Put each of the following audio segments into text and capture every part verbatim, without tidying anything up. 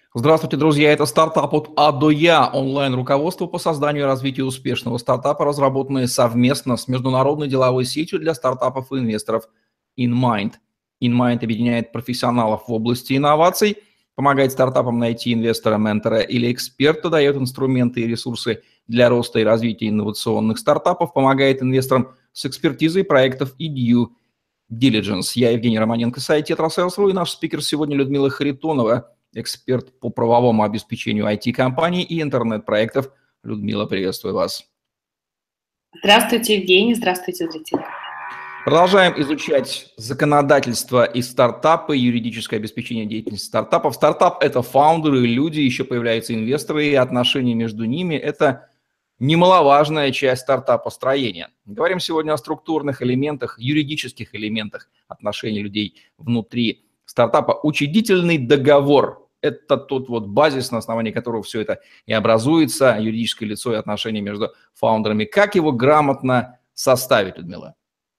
Здравствуйте, друзья! Это стартап от А до Я, онлайн-руководство по созданию и развитию успешного стартапа, разработанное совместно с международной деловой сетью для стартапов и инвесторов InMind. InMind объединяет профессионалов в области инноваций, помогает стартапам найти инвестора, ментора или эксперта, дает инструменты и ресурсы для роста и развития инновационных стартапов, помогает инвесторам с экспертизой проектов и due diligence. Я Евгений Романенко, сайт тетрасселс точка ру, и наш спикер сегодня Людмила Харитонова, эксперт по правовому обеспечению ай ти-компаний и интернет-проектов. Людмила, приветствую вас. Здравствуйте, Евгений. Здравствуйте, зрители. Продолжаем изучать законодательство и стартапы, юридическое обеспечение деятельности стартапов. Стартап – это фаундеры, люди, еще появляются инвесторы, и отношения между ними – это немаловажная часть стартапостроения. Говорим сегодня о структурных элементах, юридических элементах отношений людей внутри стартапа. Учредительный договор – это тот вот базис, на основании которого все это и образуется, юридическое лицо и отношения между фаундерами. Как его грамотно составить, Людмила?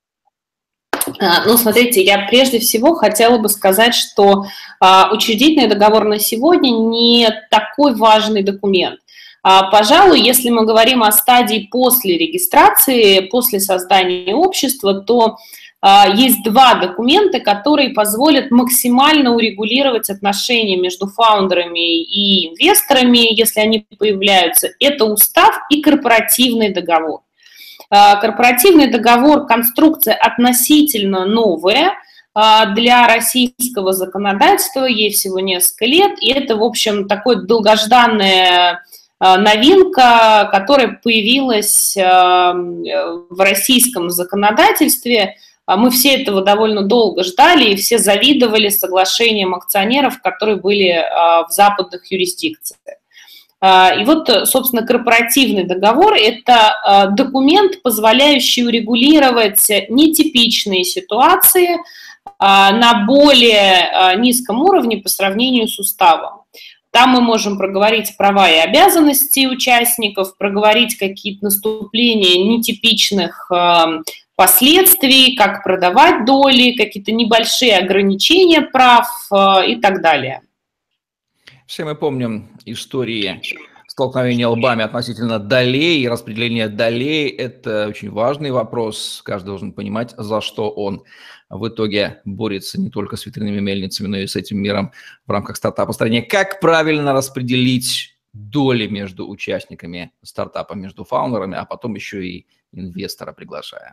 Ну, смотрите, я прежде всего хотела бы сказать, что а, учредительный договор на сегодня не такой важный документ. А, пожалуй, если мы говорим о стадии после регистрации, после создания общества, то есть два документа, которые позволят максимально урегулировать отношения между фаундерами и инвесторами, если они появляются. Это устав и корпоративный договор. Корпоративный договор – конструкция относительно новая для российского законодательства, ей всего несколько лет, и это, в общем, такое долгожданное новинка, которая появилась в российском законодательстве. Мы все этого довольно долго ждали, и все завидовали соглашениям акционеров, которые были в западных юрисдикциях. И вот, собственно, корпоративный договор – это документ, позволяющий урегулировать нетипичные ситуации на более низком уровне по сравнению с уставом. Там мы можем проговорить права и обязанности участников, проговорить какие-то наступления нетипичных последствий, как продавать доли, какие-то небольшие ограничения прав и так далее. Все мы помним истории столкновения лбами относительно долей, и распределение долей – это очень важный вопрос. Каждый должен понимать, за что он в итоге борется не только с ветряными мельницами, но и с этим миром в рамках стартапа-строения. Как правильно распределить доли между участниками стартапа, между фаундерами, а потом еще и инвестора приглашая?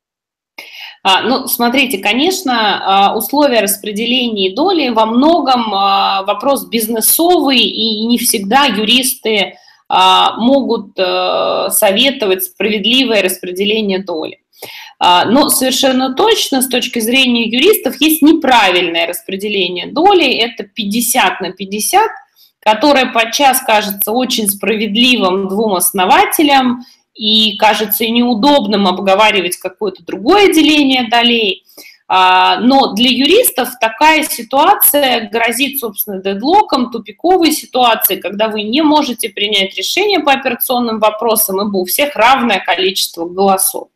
Ну, смотрите, конечно, условия распределения доли во многом вопрос бизнесовый, и не всегда юристы могут советовать справедливое распределение доли. Но совершенно точно с точки зрения юристов есть неправильное распределение доли, это пятьдесят на пятьдесят, которое подчас кажется очень справедливым двум основателям, и кажется неудобным обговаривать какое-то другое деление долей. Но для юристов такая ситуация грозит, собственно, дедлоком, тупиковой ситуацией, когда вы не можете принять решение по операционным вопросам, ибо у всех равное количество голосов.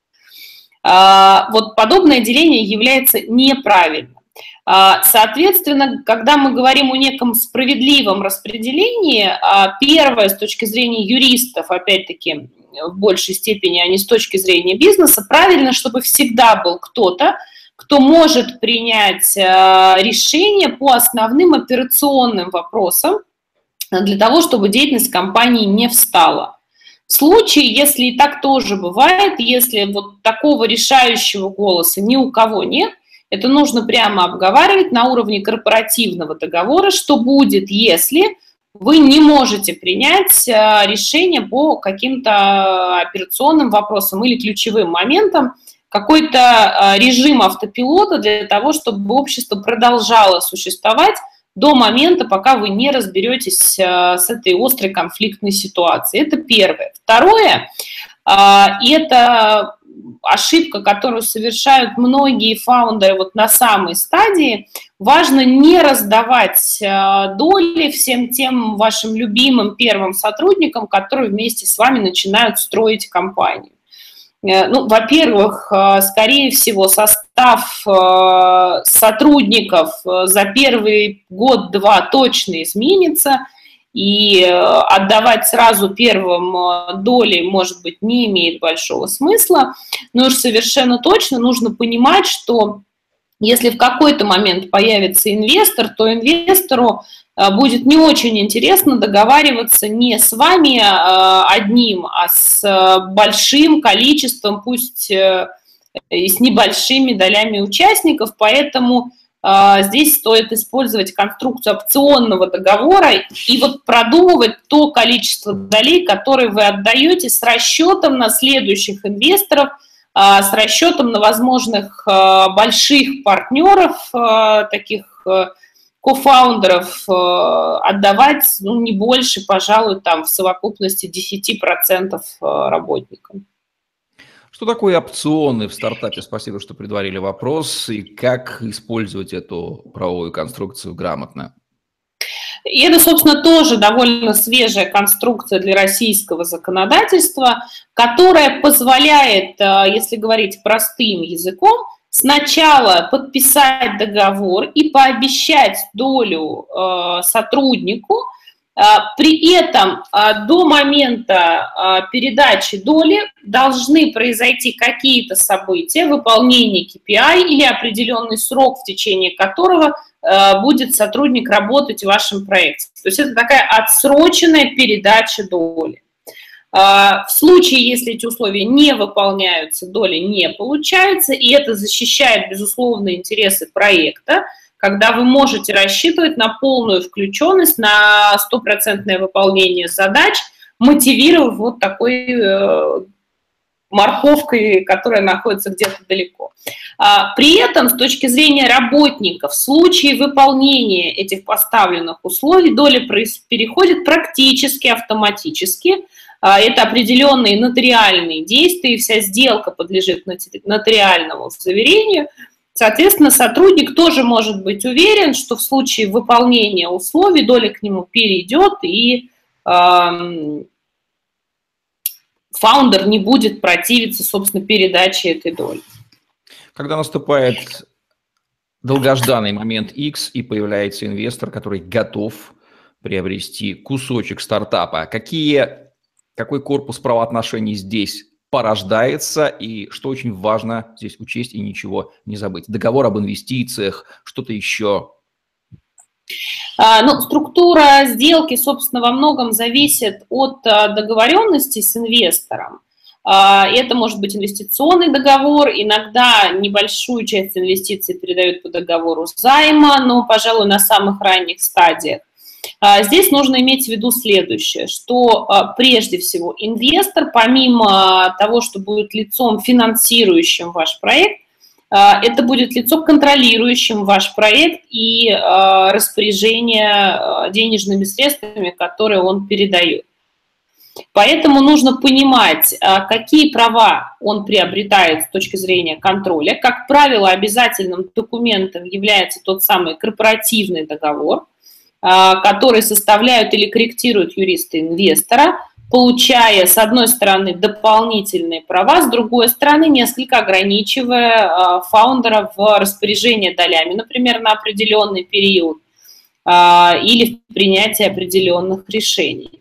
Вот подобное деление является неправильным. Соответственно, когда мы говорим о неком справедливом распределении, первое, с точки зрения юристов, опять-таки, в большей степени, а не с точки зрения бизнеса, правильно, чтобы всегда был кто-то, кто может принять решение по основным операционным вопросам для того, чтобы деятельность компании не встала. В случае, если и так тоже бывает, если вот такого решающего голоса ни у кого нет, это нужно прямо обговаривать на уровне корпоративного договора, что будет, если вы не можете принять решение по каким-то операционным вопросам или ключевым моментам, какой-то режим автопилота для того, чтобы общество продолжало существовать до момента, пока вы не разберетесь с этой острой конфликтной ситуацией. Это первое. Второе, это ошибка, которую совершают многие фаундеры вот на самой стадии. Важно не раздавать доли всем тем вашим любимым первым сотрудникам, которые вместе с вами начинают строить компанию. Ну, во-первых, скорее всего, состав сотрудников за первый год-два точно изменится, и отдавать сразу первым доли, может быть, не имеет большого смысла, но уж совершенно точно нужно понимать, что если в какой-то момент появится инвестор, то инвестору будет не очень интересно договариваться не с вами одним, а с большим количеством, пусть и с небольшими долями участников, поэтому здесь стоит использовать конструкцию опционного договора и вот продумывать то количество долей, которые вы отдаете, с расчетом на следующих инвесторов, с расчетом на возможных больших партнеров, таких кофаундеров, отдавать ну, не больше, пожалуй, там, в совокупности десять процентов работникам. Что такое опционы в стартапе? Спасибо, что предварили вопрос. И как использовать эту правовую конструкцию грамотно? И это, собственно, тоже довольно свежая конструкция для российского законодательства, которая позволяет, если говорить простым языком, сначала подписать договор и пообещать долю сотруднику. При этом до момента передачи доли должны произойти какие-то события, выполнение кей пи ай или определенный срок, в течение которого будет сотрудник работать в вашем проекте. То есть это такая отсроченная передача доли. В случае, если эти условия не выполняются, доли не получается, и это защищает, безусловно, интересы проекта, когда вы можете рассчитывать на полную включенность, на стопроцентное выполнение задач, мотивировав вот такой э, морковкой, которая находится где-то далеко. А, при этом, с точки зрения работников, в случае выполнения этих поставленных условий, доля переходит практически автоматически. А, это определенные нотариальные действия, и вся сделка подлежит нотариальному заверению. Соответственно, сотрудник тоже может быть уверен, что в случае выполнения условий доля к нему перейдет, и э, фаундер не будет противиться, собственно, передаче этой доли. Когда наступает долгожданный момент X и появляется инвестор, который готов приобрести кусочек стартапа, какие, какой корпус правоотношений здесь порождается, и что очень важно здесь учесть и ничего не забыть? Договор об инвестициях, что-то еще? А, ну, структура сделки, собственно, во многом зависит от а, договоренности с инвестором. А, это может быть инвестиционный договор, иногда небольшую часть инвестиций передают по договору займа, но, пожалуй, на самых ранних стадиях. Здесь нужно иметь в виду следующее, что прежде всего инвестор, помимо того, что будет лицом, финансирующим ваш проект, это будет лицо, контролирующим ваш проект и распоряжение денежными средствами, которые он передает. Поэтому нужно понимать, какие права он приобретает с точки зрения контроля. Как правило, обязательным документом является тот самый корпоративный договор, которые составляют или корректируют юристы инвестора, получая, с одной стороны, дополнительные права, с другой стороны, несколько ограничивая фаундера в распоряжении долями, например, на определенный период, или в принятии определенных решений.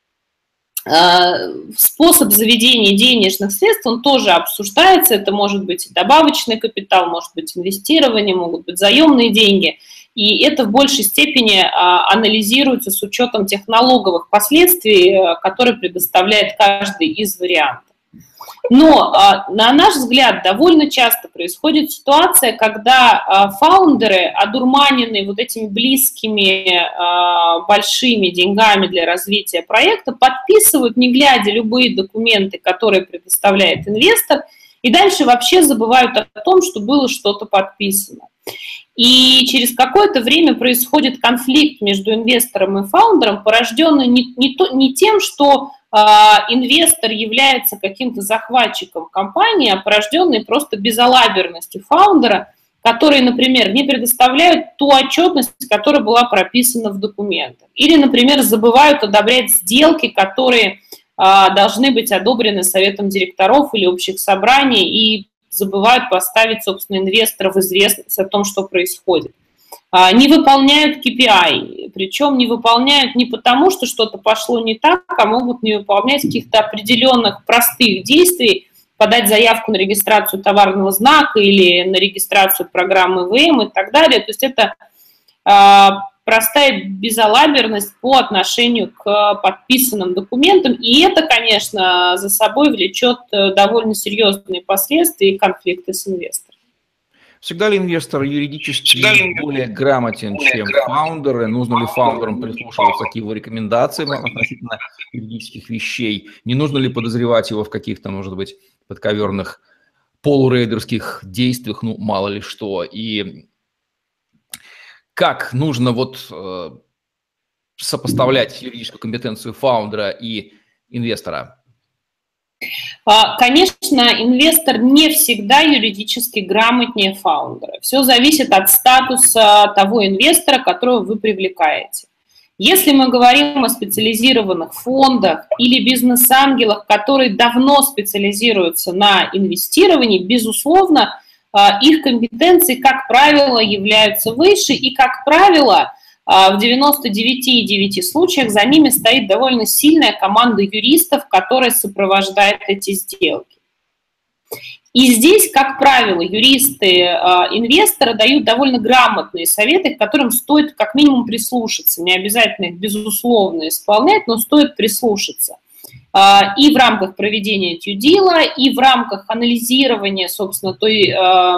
Способ заведения денежных средств, он тоже обсуждается, это может быть добавочный капитал, может быть инвестирование, могут быть заемные деньги. И это в большей степени а, анализируется с учетом тех налоговых последствий, а, которые предоставляет каждый из вариантов. Но, а, на наш взгляд, довольно часто происходит ситуация, когда а, фаундеры, одурманенные вот этими близкими а, большими деньгами для развития проекта, подписывают, не глядя, любые документы, которые предоставляет инвестор, и дальше вообще забывают о том, что было что-то подписано. И через какое-то время происходит конфликт между инвестором и фаундером, порожденный не, не, то, не тем, что э, инвестор является каким-то захватчиком компании, а порожденный просто безалаберностью фаундера, которые, например, не предоставляют ту отчетность, которая была прописана в документах. Или, например, забывают одобрять сделки, которые должны быть одобрены советом директоров или общих собраний, и забывают поставить, собственно, инвесторов в известность о том, что происходит. Не выполняют кей пи ай, причем не выполняют не потому, что что-то пошло не так, а могут не выполнять каких-то определенных простых действий, подать заявку на регистрацию товарного знака или на регистрацию программы вэ эм и так далее. То есть это простая безалаберность по отношению к подписанным документам, и это, конечно, за собой влечет довольно серьезные последствия и конфликты с инвестором. Всегда ли инвестор юридически более грамотен, чем фаундеры? Нужно ли фаундерам прислушиваться к его рекомендациям относительно юридических вещей? Не нужно ли подозревать его в каких-то, может быть, подковерных полурейдерских действиях, ну, мало ли что? И как нужно вот э, сопоставлять юридическую компетенцию фаундера и инвестора? Конечно, инвестор не всегда юридически грамотнее фаундера. Все зависит от статуса того инвестора, которого вы привлекаете. Если мы говорим о специализированных фондах или бизнес-ангелах, которые давно специализируются на инвестировании, безусловно, их компетенции, как правило, являются выше, и, как правило, в девяноста девяти и девяти случаях за ними стоит довольно сильная команда юристов, которая сопровождает эти сделки. И здесь, как правило, юристы-инвесторы дают довольно грамотные советы, к которым стоит как минимум прислушаться. Не обязательно их, безусловно, исполнять, но стоит прислушаться. И в рамках проведения дью-дила, и в рамках анализирования, собственно, той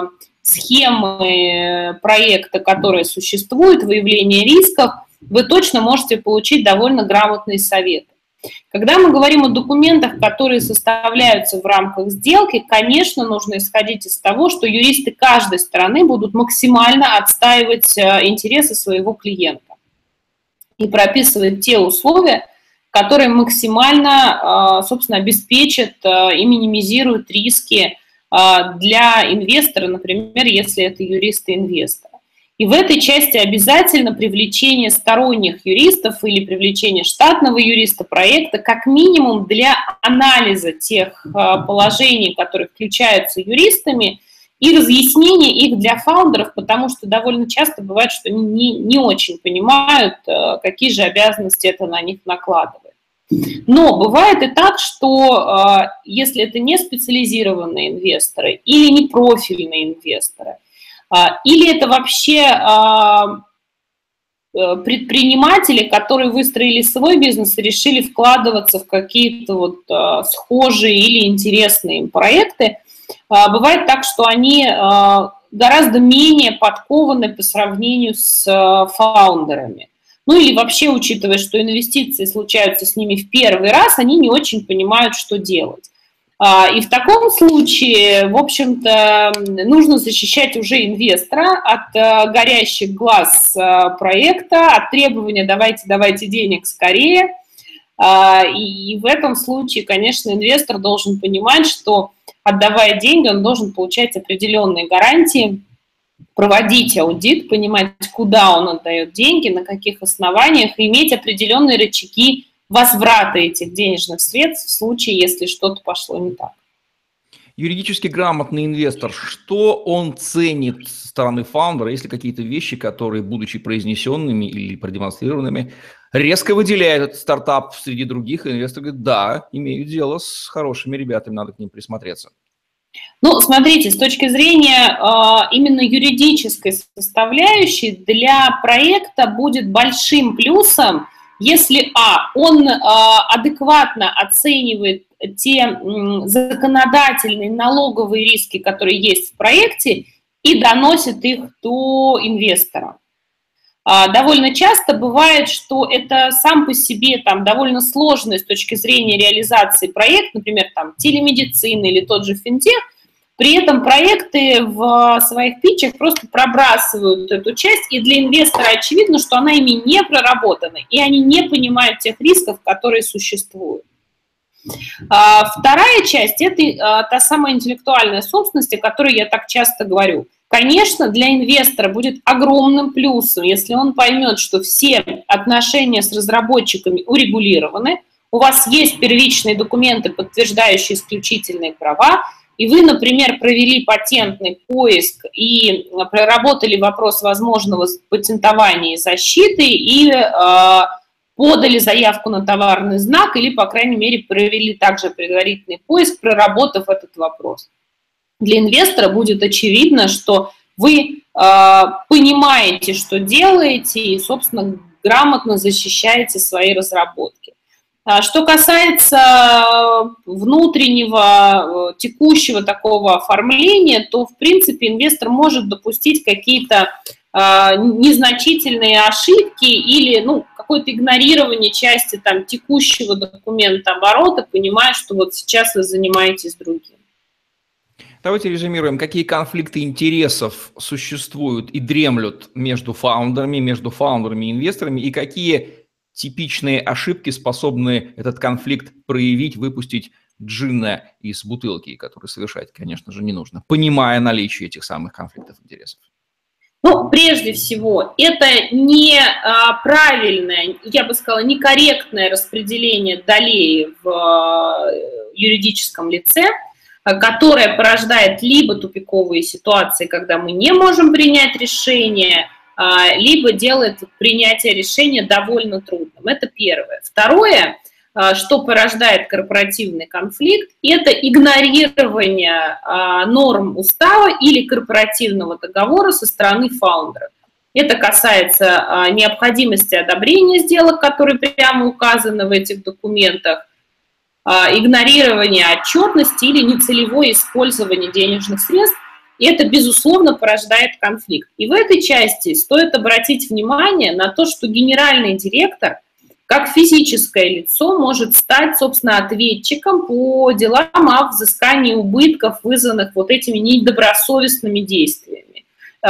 схемы проекта, которая существует, выявления рисков, вы точно можете получить довольно грамотные советы. Когда мы говорим о документах, которые составляются в рамках сделки, конечно, нужно исходить из того, что юристы каждой стороны будут максимально отстаивать интересы своего клиента и прописывать те условия, которые максимально, собственно, обеспечат и минимизируют риски для инвестора, например, если это юристы-инвесторы. И в этой части обязательно привлечение сторонних юристов или привлечение штатного юриста проекта как минимум для анализа тех положений, которые включаются юристами, и разъяснения их для фаундеров, потому что довольно часто бывает, что они не, не очень понимают, какие же обязанности это на них накладывает. Но бывает и так, что если это не специализированные инвесторы или не профильные инвесторы, или это вообще предприниматели, которые выстроили свой бизнес и решили вкладываться в какие-то вот схожие или интересные им проекты, бывает так, что они гораздо менее подкованы по сравнению с фаундерами. Ну или вообще, учитывая, что инвестиции случаются с ними в первый раз, они не очень понимают, что делать. И в таком случае, в общем-то, нужно защищать уже инвестора от горящих глаз проекта, от требования «давайте, давайте денег скорее». И в этом случае, конечно, инвестор должен понимать, что, отдавая деньги, он должен получать определенные гарантии, проводить аудит, понимать, куда он отдает деньги, на каких основаниях, и иметь определенные рычаги возврата этих денежных средств в случае, если что-то пошло не так. Юридически грамотный инвестор, что он ценит со стороны фаундера, если какие-то вещи, которые, будучи произнесенными или продемонстрированными, резко выделяют этот стартап среди других, и инвестор говорит, да, имею дело с хорошими ребятами, надо к ним присмотреться. Ну, смотрите, с точки зрения э, именно юридической составляющей для проекта будет большим плюсом, если, а, он э, адекватно оценивает те м, законодательные налоговые риски, которые есть в проекте, и доносит их до инвестора. А, довольно часто бывает, что это сам по себе там, довольно сложный с точки зрения реализации проект, например, там, телемедицина или тот же финтех. При этом проекты в своих питчах просто пробрасывают эту часть, и для инвестора очевидно, что она ими не проработана, и они не понимают тех рисков, которые существуют. Вторая часть – это та самая интеллектуальная собственность, о которой я так часто говорю. Конечно, для инвестора будет огромным плюсом, если он поймет, что все отношения с разработчиками урегулированы, у вас есть первичные документы, подтверждающие исключительные права, и вы, например, провели патентный поиск и проработали вопрос возможного патентования и защиты, и э, подали заявку на товарный знак, или, по крайней мере, провели также предварительный поиск, проработав этот вопрос. Для инвестора будет очевидно, что вы э, понимаете, что делаете, и, собственно, грамотно защищаете свои разработки. Что касается внутреннего, текущего такого оформления, то, в принципе, инвестор может допустить какие-то э, незначительные ошибки или ну, какое-то игнорирование части там, текущего документа оборота, понимая, что вот сейчас вы занимаетесь другим. Давайте резюмируем, какие конфликты интересов существуют и дремлют между фаундерами, между фаундерами и инвесторами, и какие типичные ошибки способны этот конфликт проявить, выпустить джинна из бутылки, который совершать, конечно же, не нужно, понимая наличие этих самых конфликтов интересов. Ну, прежде всего, это не а, правильное, я бы сказала, некорректное распределение долей в а, юридическом лице, которое порождает либо тупиковые ситуации, когда мы не можем принять решение, либо делает принятие решения довольно трудным. Это первое. Второе, что порождает корпоративный конфликт, это игнорирование норм устава или корпоративного договора со стороны фаундера. Это касается необходимости одобрения сделок, которые прямо указаны в этих документах, игнорирование отчетности или нецелевое использование денежных средств, и это, безусловно, порождает конфликт. И в этой части стоит обратить внимание на то, что генеральный директор, как физическое лицо, может стать, собственно, ответчиком по делам о взыскании убытков, вызванных вот этими недобросовестными действиями.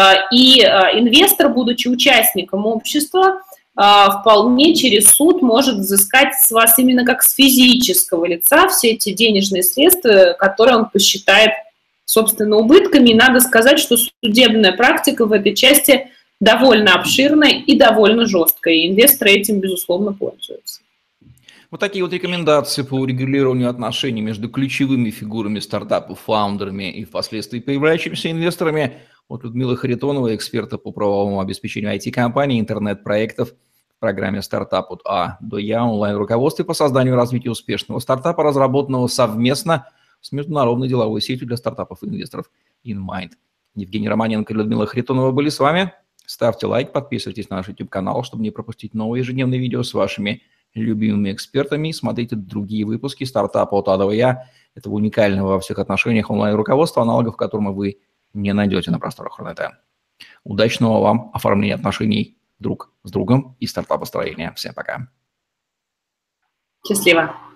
И инвестор, будучи участником общества, вполне через суд может взыскать с вас именно как с физического лица все эти денежные средства, которые он посчитает, собственно, убытками. И надо сказать, что судебная практика в этой части довольно обширная и довольно жесткая, и инвесторы этим, безусловно, пользуются. Вот такие вот рекомендации по урегулированию отношений между ключевыми фигурами стартапов, фаундерами и впоследствии появляющимися инвесторами от Людмилы Харитоновой, эксперта по правовому обеспечению ай ти-компаний, интернет-проектов в программе «Стартап от А до Я», онлайн-руководстве по созданию и развитию успешного стартапа, разработанного совместно с международной деловой сетью для стартапов и инвесторов InMind. Евгений Романенко и Людмила Харитонова были с вами. Ставьте лайк, подписывайтесь на наш YouTube-канал, чтобы не пропустить новые ежедневные видео с вашими любимыми экспертами. Смотрите другие выпуски «Стартапа от А до Я», этого уникального во всех отношениях онлайн-руководства, аналогов которому вы не найдете на просторах Рунета. Удачного вам оформления отношений друг с другом и стартапостроения. Всем пока. Счастливо.